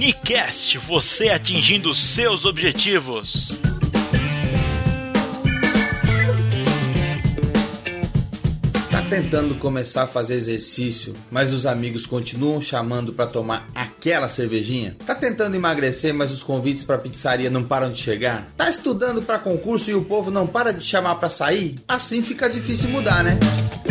Unicast, você atingindo seus objetivos. Tá tentando começar a fazer exercício, mas os amigos continuam chamando pra tomar aquela cervejinha? Tá tentando emagrecer, mas os convites pra pizzaria não param de chegar? Tá estudando pra concurso e o povo não para de chamar pra sair? Assim fica difícil mudar, né?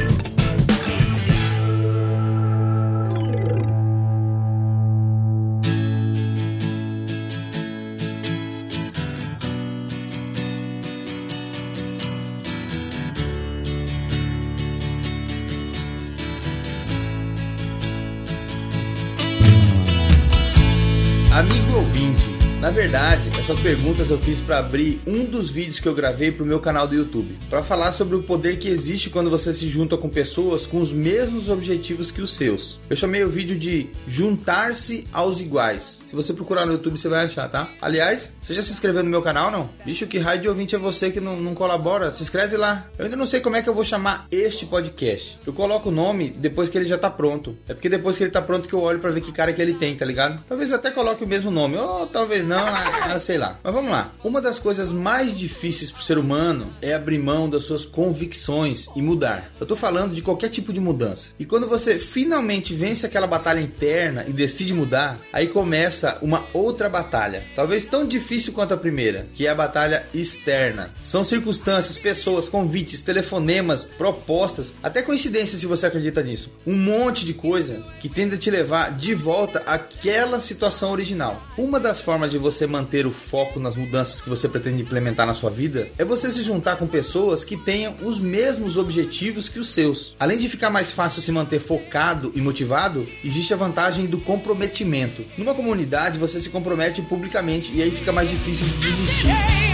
Amigo ouvinte, na verdade, essas perguntas eu fiz para abrir um dos vídeos que eu gravei pro meu canal do YouTube, para falar sobre o poder que existe quando você se junta com pessoas com os mesmos objetivos que os seus. Eu chamei o vídeo de Juntar-se aos Iguais. Se você procurar no YouTube, você vai achar, tá? Aliás, você já se inscreveu no meu canal, não? Bicho, que raio de ouvinte é você que não colabora? Se inscreve lá. Eu ainda não sei como é que eu vou chamar este podcast. Eu coloco o nome depois que ele já tá pronto. É porque depois que ele tá pronto que eu olho para ver que cara que ele tem, tá ligado? Talvez eu até coloque o mesmo nome, ou talvez não, sei lá. Mas vamos lá. Uma das coisas mais difíceis pro ser humano é abrir mão das suas convicções e mudar. Eu tô falando de qualquer tipo de mudança. E quando você finalmente vence aquela batalha interna e decide mudar, aí começa uma outra batalha, talvez tão difícil quanto a primeira, que é a batalha externa. São circunstâncias, pessoas, convites, telefonemas, propostas, até coincidências se você acredita nisso. Um monte de coisa que tende a te levar de volta àquela situação original. Uma das formas de você manter o foco nas mudanças que você pretende implementar na sua vida é você se juntar com pessoas que tenham os mesmos objetivos que os seus. Além de ficar mais fácil se manter focado e motivado, existe a vantagem do comprometimento. Numa comunidade você se compromete publicamente e aí fica mais difícil de desistir.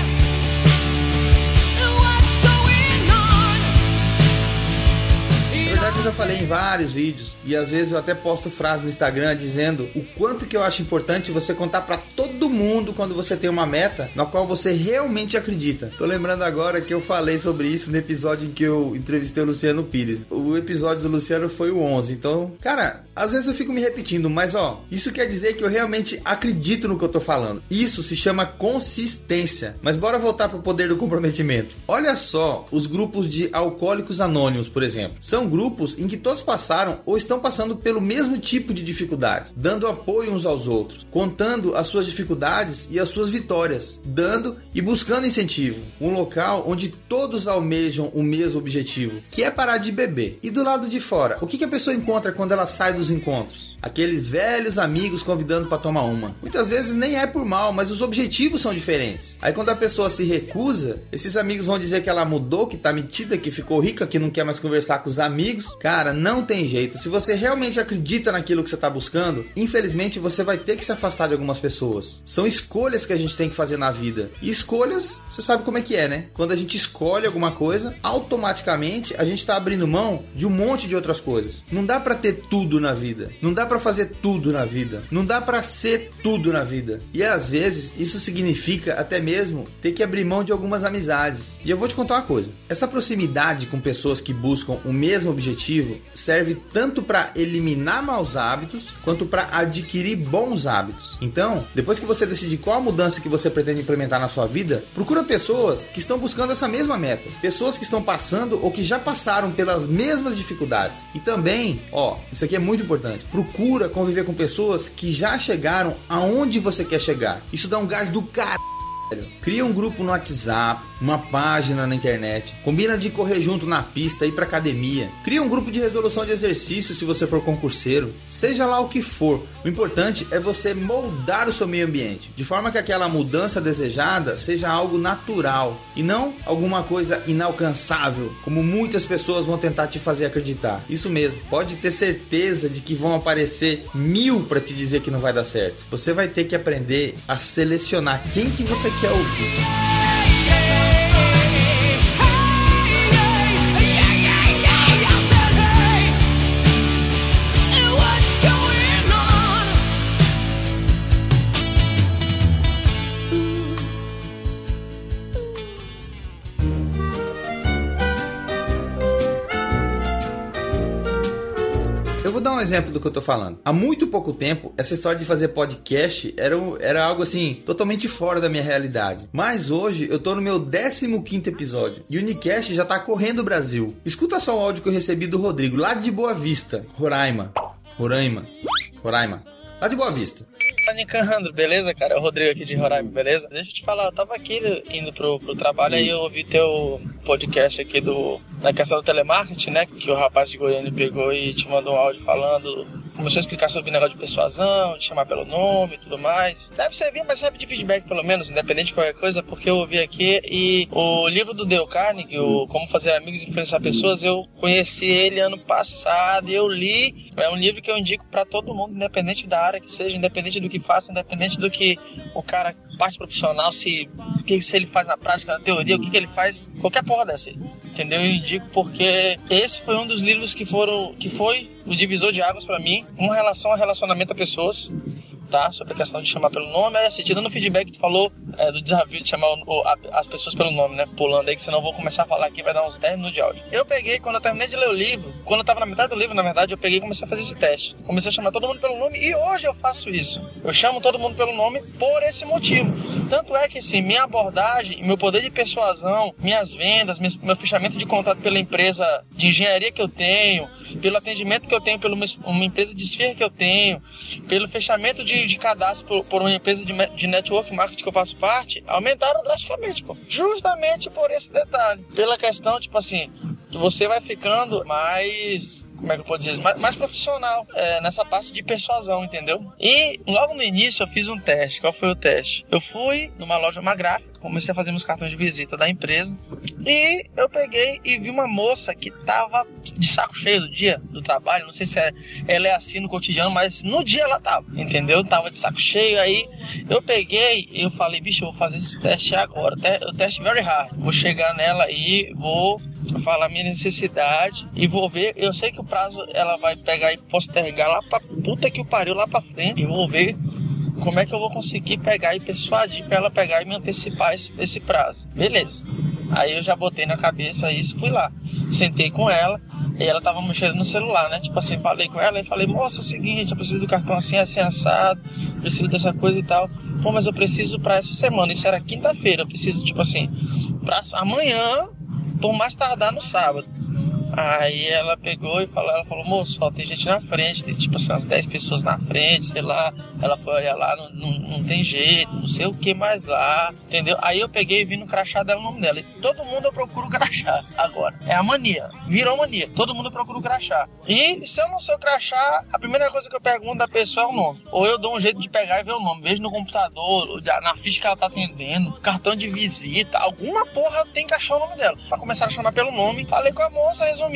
Eu já falei em vários vídeos e às vezes eu até posto frases no Instagram dizendo o quanto que eu acho importante você contar pra todo mundo quando você tem uma meta na qual você realmente acredita. Tô lembrando agora que eu falei sobre isso no episódio em que eu entrevistei o Luciano Pires. O episódio do Luciano foi o 11, então, cara, às vezes eu fico me repetindo, mas ó, isso quer dizer que eu realmente acredito no que eu tô falando. Isso se chama consistência. Mas bora voltar pro poder do comprometimento. Olha só os grupos de alcoólicos anônimos, por exemplo. São grupos em que todos passaram ou estão passando pelo mesmo tipo de dificuldade, dando apoio uns aos outros, contando as suas dificuldades e as suas vitórias, dando e buscando incentivo. Um local onde todos almejam o mesmo objetivo, que é parar de beber. E do lado de fora, o que a pessoa encontra quando ela sai dos encontros? Aqueles velhos amigos convidando para tomar uma. Muitas vezes nem é por mal, mas os objetivos são diferentes. Aí quando a pessoa se recusa, esses amigos vão dizer que ela mudou, que tá metida, que ficou rica, que não quer mais conversar com os amigos. Cara, não tem jeito. Se você realmente acredita naquilo que você tá buscando, infelizmente você vai ter que se afastar de algumas pessoas. São escolhas que a gente tem que fazer na vida. E escolhas, você sabe como é que é, né? Quando a gente escolhe alguma coisa, automaticamente a gente tá abrindo mão de um monte de outras coisas. Não dá pra ter tudo na vida. Não dá pra fazer tudo na vida. Não dá pra ser tudo na vida. E às vezes isso significa até mesmo ter que abrir mão de algumas amizades. E eu vou te contar uma coisa. Essa proximidade com pessoas que buscam o mesmo objetivo serve tanto para eliminar maus hábitos quanto para adquirir bons hábitos. Então, depois que você decidir qual a mudança que você pretende implementar na sua vida, procura pessoas que estão buscando essa mesma meta, pessoas que estão passando ou que já passaram pelas mesmas dificuldades. E também, isso aqui é muito importante, procura conviver com pessoas que já chegaram aonde você quer chegar. Isso dá um gás do caralho. Cria um grupo no WhatsApp, uma página na internet, combina de correr junto na pista, ir pra academia, cria um grupo de resolução de exercício se você for concurseiro, seja lá o que for. O importante é você moldar o seu meio ambiente, de forma que aquela mudança desejada seja algo natural e não alguma coisa inalcançável, como muitas pessoas vão tentar te fazer acreditar. Isso mesmo, pode ter certeza de que vão aparecer 1000 pra te dizer que não vai dar certo. Você vai ter que aprender a selecionar quem que você quer ouvir. exemplo do que eu tô falando. Há muito pouco tempo, essa história de fazer podcast era algo assim, totalmente fora da minha realidade. Mas hoje, eu tô no meu 15º episódio. E o Unicast já tá correndo o Brasil. Escuta só o áudio que eu recebi do Rodrigo, lá de Boa Vista, Roraima. Lá de Boa Vista. Nicandro, beleza, cara? É o Rodrigo aqui de Roraima, beleza? Deixa eu te falar, eu tava aqui indo pro trabalho, aí eu ouvi teu podcast aqui na questão do telemarketing, né? Que o rapaz de Goiânia pegou e te mandou um áudio falando, começou a explicar sobre o negócio de persuasão, de chamar pelo nome e tudo mais. Deve servir, mas serve de feedback pelo menos, independente de qualquer coisa, porque eu ouvi aqui e o livro do Dale Carnegie, o Como Fazer Amigos e Influenciar Pessoas, eu conheci ele ano passado e eu li. É um livro que eu indico pra todo mundo, independente da área que seja, independente do que faça, independente do que o cara, parte profissional, se ele faz na prática, na teoria, o que ele faz, qualquer porra dessa aí, entendeu? Eu indico porque esse foi um dos livros que foi o divisor de águas pra mim, com relação a relacionamento a pessoas, tá? Sobre a questão de chamar pelo nome. Aí assim, te dando feedback que tu falou do desafio de chamar as pessoas pelo nome, né? Pulando aí, que senão eu vou começar a falar aqui, vai dar uns 10 minutos de áudio. Eu peguei, quando eu terminei de ler o livro, quando eu tava na metade do livro, na verdade, eu peguei e comecei a fazer esse teste. Comecei a chamar todo mundo pelo nome e hoje eu faço isso. Eu chamo todo mundo pelo nome por esse motivo. Tanto é que, assim, minha abordagem, meu poder de persuasão, minhas vendas, meu fechamento de contrato pela empresa de engenharia que eu tenho, pelo atendimento que eu tenho, pela uma empresa de esfirra que eu tenho, pelo fechamento de cadastro por uma empresa de network marketing que eu faço parte, aumentaram drasticamente, pô. Justamente por esse detalhe. Pela questão, tipo assim, que você vai ficando mais... Como é que eu posso dizer? Mais profissional nessa parte de persuasão, entendeu? E logo no início eu fiz um teste. Qual foi o teste? Eu fui numa loja, uma gráfica, comecei a fazer meus cartões de visita da empresa e eu peguei e vi uma moça que tava de saco cheio do dia do trabalho. Não sei se ela é assim no cotidiano, mas no dia ela tava, entendeu? Tava de saco cheio. Aí eu peguei e eu falei, bicho, eu vou fazer esse teste agora. O teste very hard. Vou chegar nela e vou falar minha necessidade e vou ver. Eu sei que o prazo ela vai pegar e postergar lá pra puta que o pariu, lá pra frente, e vou ver como é que eu vou conseguir pegar e persuadir pra ela pegar e me antecipar esse prazo. Beleza. Aí eu já botei na cabeça isso, fui lá, sentei com ela e ela tava mexendo no celular, né? Tipo assim, falei com ela e falei, moça, é o seguinte, eu preciso do cartão assim, assim, assado, preciso dessa coisa e tal. Pô, mas eu preciso pra essa semana, isso era quinta-feira, eu preciso, tipo assim, pra amanhã, por mais tardar no sábado. Aí ela pegou e falou, moço, ó, tem gente na frente, tem tipo assim, umas 10 pessoas na frente, sei lá. Ela foi olhar lá, não tem jeito, não sei o que mais lá, entendeu? Aí eu peguei e vi no crachá dela o nome dela. E todo mundo eu procuro o crachá agora. É a mania, virou mania. Todo mundo eu procuro o crachá. E se eu não sei o crachá, a primeira coisa que eu pergunto da pessoa é o nome. Ou eu dou um jeito de pegar e ver o nome. Vejo no computador, na ficha que ela tá atendendo, cartão de visita, alguma porra tem que achar o nome dela. Pra começar a chamar pelo nome, falei com a moça, resumindo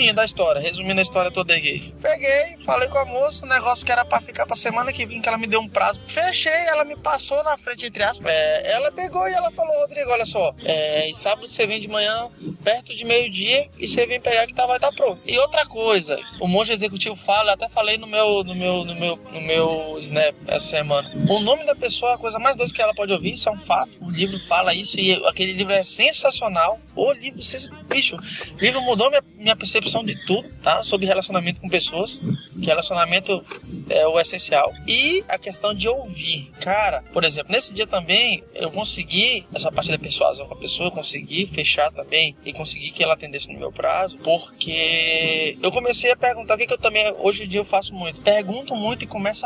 a história toda aqui. Peguei, falei com a moça, o negócio que era pra ficar pra semana que vem, que ela me deu um prazo. Fechei, ela me passou na frente, entre aspas. Ela pegou e ela falou, Rodrigo, olha só, em sábado você vem de manhã, perto de meio-dia, e você vem pegar que vai estar pronto. E outra coisa, o monge executivo fala, eu até falei no meu Snap essa semana. O nome da pessoa é a coisa mais doce que ela pode ouvir, isso é um fato. O livro fala isso e aquele livro é sensacional. O livro, bicho, o livro mudou minha percepção de tudo, tá? Sobre relacionamento com pessoas, que relacionamento é o essencial. E a questão de ouvir. Cara, por exemplo, nesse dia também, eu consegui, essa parte da persuasão com a pessoa, eu consegui fechar também e consegui que ela atendesse no meu prazo, porque eu comecei a perguntar, o que eu também, hoje em dia eu faço muito. Pergunto muito e começo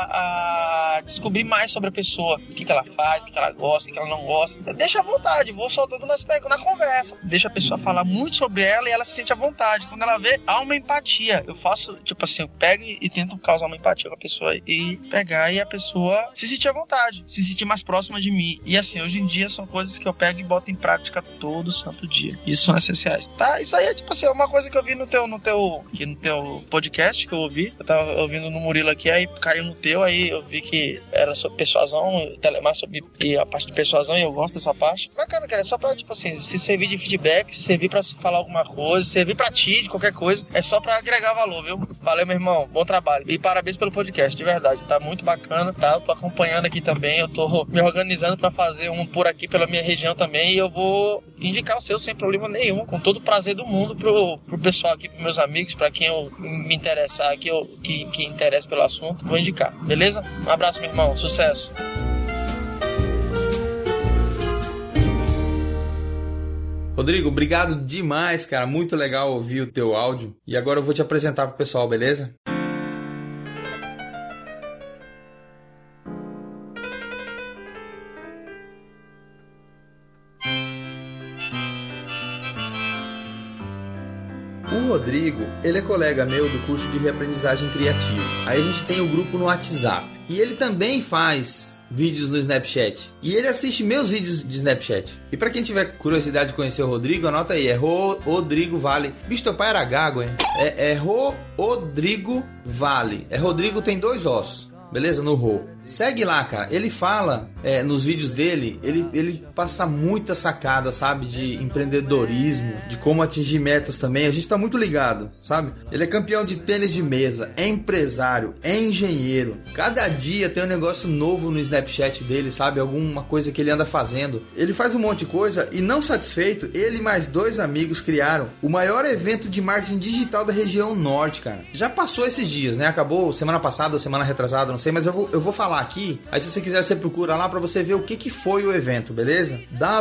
a descobrir mais sobre a pessoa. O que ela faz, o que ela gosta, o que ela não gosta. Deixa à vontade, vou soltando na conversa. Deixa a pessoa falar muito sobre ela e ela se sente à vontade. Quando ela vê, há uma empatia. Eu faço, tipo assim, eu pego e tento causar uma empatia com a pessoa e pegar e a pessoa se sentir à vontade, se sentir mais próxima de mim. E assim, hoje em dia são coisas que eu pego e boto em prática todo santo dia. Isso são essenciais. Tá? Isso aí é tipo assim, uma coisa que eu vi no teu podcast que eu ouvi. Eu tava ouvindo no Murilo aqui, aí caiu no teu, aí eu vi que era sobre persuasão, telemar sobre a parte de persuasão, e eu gosto dessa parte. Bacana, cara, é só pra, tipo assim, se servir de feedback, se servir pra falar alguma coisa, se servir pra ti, de qualquer coisa, é só pra agregar valor, viu? Valeu, meu irmão, bom trabalho. E parabéns pelo podcast, de verdade, tá muito bacana, tá? Eu tô acompanhando aqui também, eu tô me organizando pra fazer um por aqui pela minha região também, e eu vou indicar o seu sem problema nenhum, com todo o prazer do mundo pro pessoal aqui, pros meus amigos, pra quem eu me interessar, que interessa pelo assunto, vou indicar, beleza? Um abraço, meu irmão, sucesso! Rodrigo, obrigado demais, cara. Muito legal ouvir o teu áudio. E agora eu vou te apresentar pro pessoal, beleza? O Rodrigo, ele é colega meu do curso de reaprendizagem criativa. Aí a gente tem o grupo no WhatsApp. E ele também faz vídeos no Snapchat. E ele assiste meus vídeos de Snapchat. E pra quem tiver curiosidade de conhecer o Rodrigo, anota aí, é Rodrigo Vale. Bicho, teu pai era gago, hein? É Rodrigo Vale. É Rodrigo, tem 2 ossos. Beleza? No Rô. Segue lá, cara. Ele fala nos vídeos dele, ele passa muita sacada, sabe? De empreendedorismo, de como atingir metas também. A gente tá muito ligado, sabe? Ele é campeão de tênis de mesa, é empresário, é engenheiro. Cada dia tem um negócio novo no Snapchat dele, sabe? Alguma coisa que ele anda fazendo. Ele faz um monte de coisa e, não satisfeito, ele e mais 2 amigos criaram o maior evento de marketing digital da região norte, cara. Já passou esses dias, né? Acabou semana passada, semana retrasada, não sei, mas eu vou falar aqui. Aí se você quiser, você procura lá pra você ver o que foi o evento, beleza?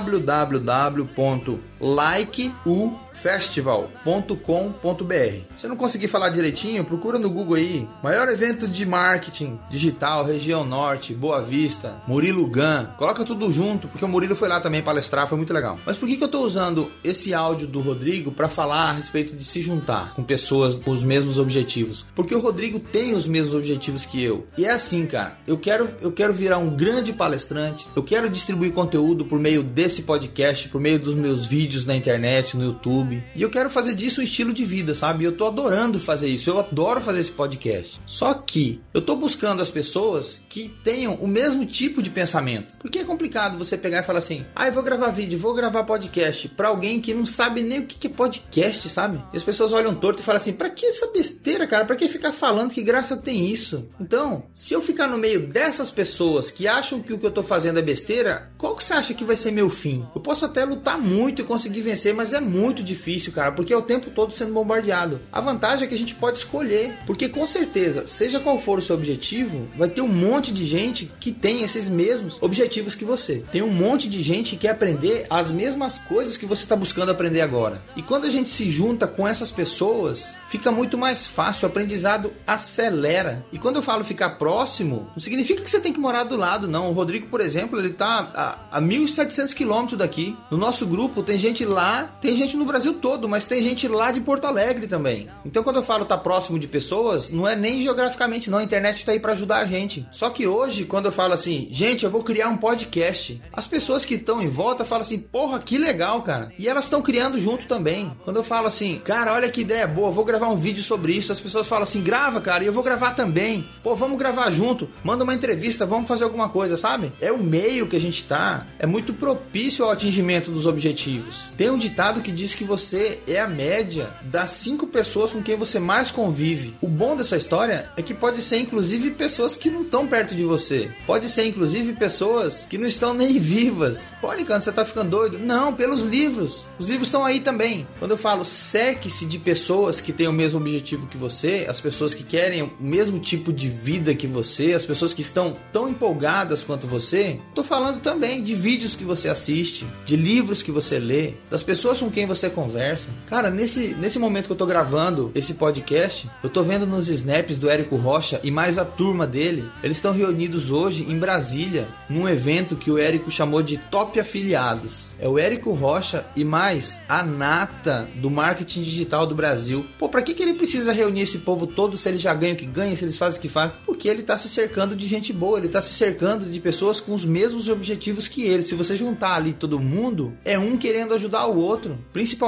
www.likeufestival.com.br. Se eu não conseguir falar direitinho, procura no Google aí. Maior evento de marketing digital, região norte, Boa Vista, Murilo Gun. Coloca tudo junto, porque o Murilo foi lá também palestrar, foi muito legal. Mas por que eu tô usando esse áudio do Rodrigo pra falar a respeito de se juntar com pessoas com os mesmos objetivos? Porque o Rodrigo tem os mesmos objetivos que eu. E é assim, cara, eu quero virar um grande palestrante, eu quero distribuir conteúdo por meio desse podcast, por meio dos meus vídeos na internet, no YouTube. E eu quero fazer disso um estilo de vida, sabe? Eu tô adorando fazer isso, eu adoro fazer esse podcast. Só que eu tô buscando as pessoas que tenham o mesmo tipo de pensamento. Porque é complicado você pegar e falar assim: eu vou gravar vídeo, vou gravar podcast, pra alguém que não sabe nem o que é podcast, sabe? E as pessoas olham torto e falam assim: pra que essa besteira, cara? Pra que ficar falando? Que graça tem isso? Então, se eu ficar no meio dessas pessoas que acham que o que eu tô fazendo é besteira, qual que você acha que vai ser meu fim? Eu posso até lutar muito e conseguir vencer, mas é muito difícil, cara, porque é o tempo todo sendo bombardeado. A vantagem é que a gente pode escolher, porque com certeza, seja qual for o seu objetivo, vai ter um monte de gente que tem esses mesmos objetivos que você. Tem um monte de gente que quer aprender as mesmas coisas que você está buscando aprender agora. E quando a gente se junta com essas pessoas, fica muito mais fácil, o aprendizado acelera. E quando eu falo ficar próximo, não significa que você tem que morar do lado, não. O Rodrigo, por exemplo, ele tá a 1.700 quilômetros daqui. No nosso grupo tem gente lá, tem gente no Brasil todo, mas tem gente lá de Porto Alegre também. Então quando eu falo tá próximo de pessoas, não é nem geograficamente não, a internet tá aí pra ajudar a gente. Só que hoje, quando eu falo assim, gente, eu vou criar um podcast, as pessoas que estão em volta falam assim, porra, que legal, cara. E elas estão criando junto também. Quando eu falo assim, cara, olha que ideia boa, vou gravar um vídeo sobre isso, as pessoas falam assim, grava, cara, e eu vou gravar também. Pô, vamos gravar junto, manda uma entrevista, vamos fazer alguma coisa, sabe? É o meio que a gente tá, é muito propício ao atingimento dos objetivos. Tem um ditado que diz que você é a média das 5 pessoas com quem você mais convive. O bom dessa história é que pode ser inclusive pessoas que não estão perto de você. Pode ser inclusive pessoas que não estão nem vivas. Pode, cara, você tá ficando doido? Não, pelos livros. Os livros estão aí também. Quando eu falo cerque-se de pessoas que têm o mesmo objetivo que você, as pessoas que querem o mesmo tipo de vida que você, as pessoas que estão tão empolgadas quanto você, tô falando também de vídeos que você assiste, de livros que você lê, das pessoas com quem você conversa. Cara, nesse momento que eu tô gravando esse podcast, eu tô vendo nos snaps do Érico Rocha e mais a turma dele, eles estão reunidos hoje em Brasília, num evento que o Érico chamou de Top Afiliados. É o Érico Rocha e mais a nata do marketing digital do Brasil. Pô, pra que ele precisa reunir esse povo todo se ele já ganha o que ganha, se eles fazem o que fazem? Porque ele tá se cercando de gente boa, ele tá se cercando de pessoas com os mesmos objetivos que ele. Se você juntar ali todo mundo, é um querendo ajudar o outro. Principalmente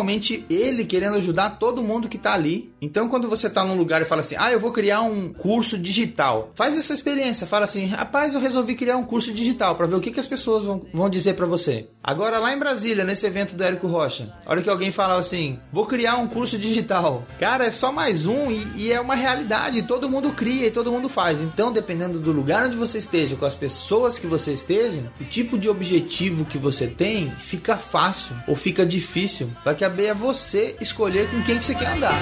principalmente ele querendo ajudar todo mundo que tá ali. Então quando você tá num lugar e fala assim, eu vou criar um curso digital, faz essa experiência, fala assim, rapaz, eu resolvi criar um curso digital pra ver o que as pessoas vão dizer pra você. Agora lá em Brasília, nesse evento do Érico Rocha, a hora que alguém fala assim, vou criar um curso digital, cara, é só mais um e é uma realidade, todo mundo cria e todo mundo faz. Então dependendo do lugar onde você esteja, com as pessoas que você esteja, o tipo de objetivo que você tem, fica fácil ou fica difícil, vai caber a você escolher com quem que você quer andar.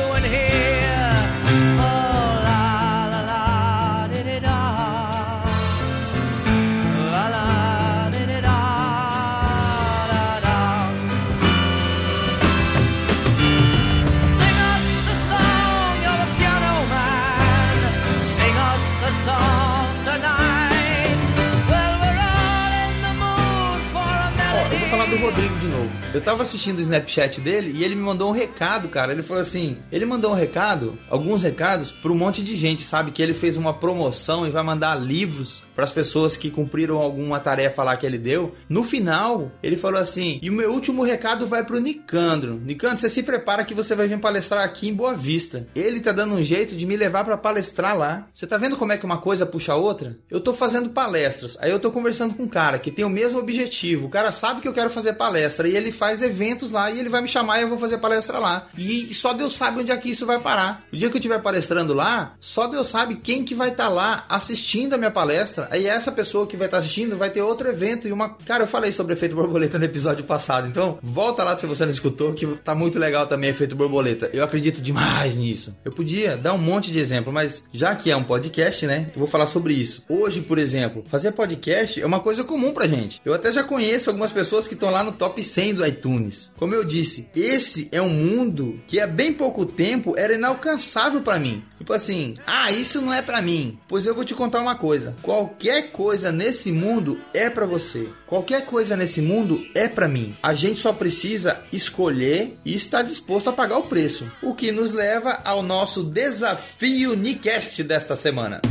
Do Rodrigo de novo. Eu tava assistindo o Snapchat dele e ele me mandou um recado, cara. Ele falou assim, ele mandou alguns recados pra um monte de gente, sabe? Que ele fez uma promoção e vai mandar livros pras pessoas que cumpriram alguma tarefa lá que ele deu. No final, ele falou assim, e o meu último recado vai pro Nicandro. Nicandro, você se prepara que você vai vir palestrar aqui em Boa Vista. Ele tá dando um jeito de me levar pra palestrar lá. Você tá vendo como é que uma coisa puxa a outra? Eu tô fazendo palestras, aí eu tô conversando com um cara que tem o mesmo objetivo. O cara sabe que eu quero fazer palestra e ele faz eventos lá e ele vai me chamar e eu vou fazer palestra lá. E só Deus sabe onde é que isso vai parar. O dia que eu estiver palestrando lá, só Deus sabe quem que vai estar lá assistindo a minha palestra. Aí essa pessoa que vai estar assistindo vai ter outro evento e uma... Cara, eu falei sobre efeito borboleta no episódio passado, então volta lá se você não escutou, que tá muito legal também efeito borboleta. Eu acredito demais nisso. Eu podia dar um monte de exemplo, mas já que é um podcast, né, eu vou falar sobre isso. Hoje, por exemplo, fazer podcast é uma coisa comum pra gente. Eu até já conheço algumas pessoas que estão lá no top 100 do iTunes. Como eu disse, esse é um mundo que há bem pouco tempo era inalcançável pra mim. Tipo assim, isso não é pra mim. Pois eu vou te contar uma coisa. Qualquer coisa nesse mundo é pra você. Qualquer coisa nesse mundo é pra mim. A gente só precisa escolher e estar disposto a pagar o preço. O que nos leva ao nosso desafio Nicast desta semana.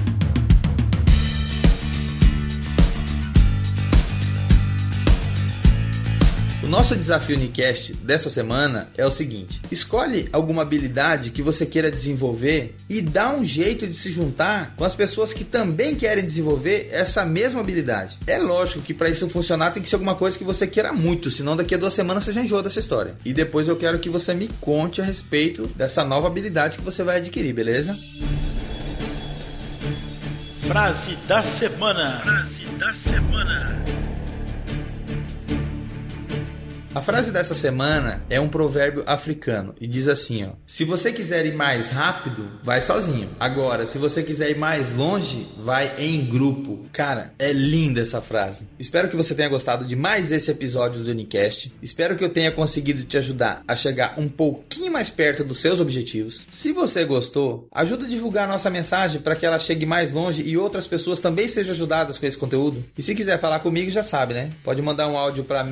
O nosso desafio Unicast dessa semana é o seguinte: escolhe alguma habilidade que você queira desenvolver e dá um jeito de se juntar com as pessoas que também querem desenvolver essa mesma habilidade. É lógico que para isso funcionar tem que ser alguma coisa que você queira muito, senão daqui a 2 semanas você já enjoa dessa história. E depois eu quero que você me conte a respeito dessa nova habilidade que você vai adquirir, beleza? Frase da semana. Frase da semana. A frase dessa semana é um provérbio africano e diz assim, ó: se você quiser ir mais rápido, vai sozinho. Agora, se você quiser ir mais longe, vai em grupo. Cara, é linda essa frase. Espero que você tenha gostado de mais esse episódio do Unicast. Espero que eu tenha conseguido te ajudar a chegar um pouquinho mais perto dos seus objetivos. Se você gostou, ajuda a divulgar a nossa mensagem para que ela chegue mais longe e outras pessoas também sejam ajudadas com esse conteúdo. E se quiser falar comigo, já sabe, né? Pode mandar um áudio para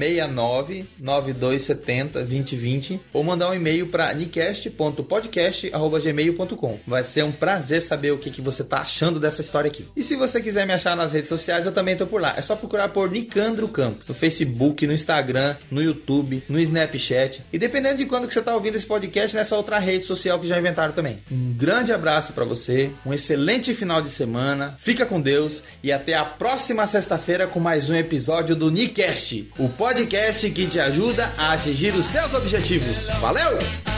6992702020 ou mandar um e-mail para nicast.podcast@gmail.com. Vai ser um prazer saber o que você tá achando dessa história aqui. E se você quiser me achar nas redes sociais, eu também tô por lá. É só procurar por Nicandro Campo no Facebook, no Instagram, no YouTube, no Snapchat. E dependendo de quando que você tá ouvindo esse podcast, nessa outra rede social que já inventaram também. Um grande abraço para você, um excelente final de semana, fica com Deus e até a próxima sexta-feira com mais um episódio do Nicast, o podcast que te ajuda a atingir os seus objetivos. Valeu!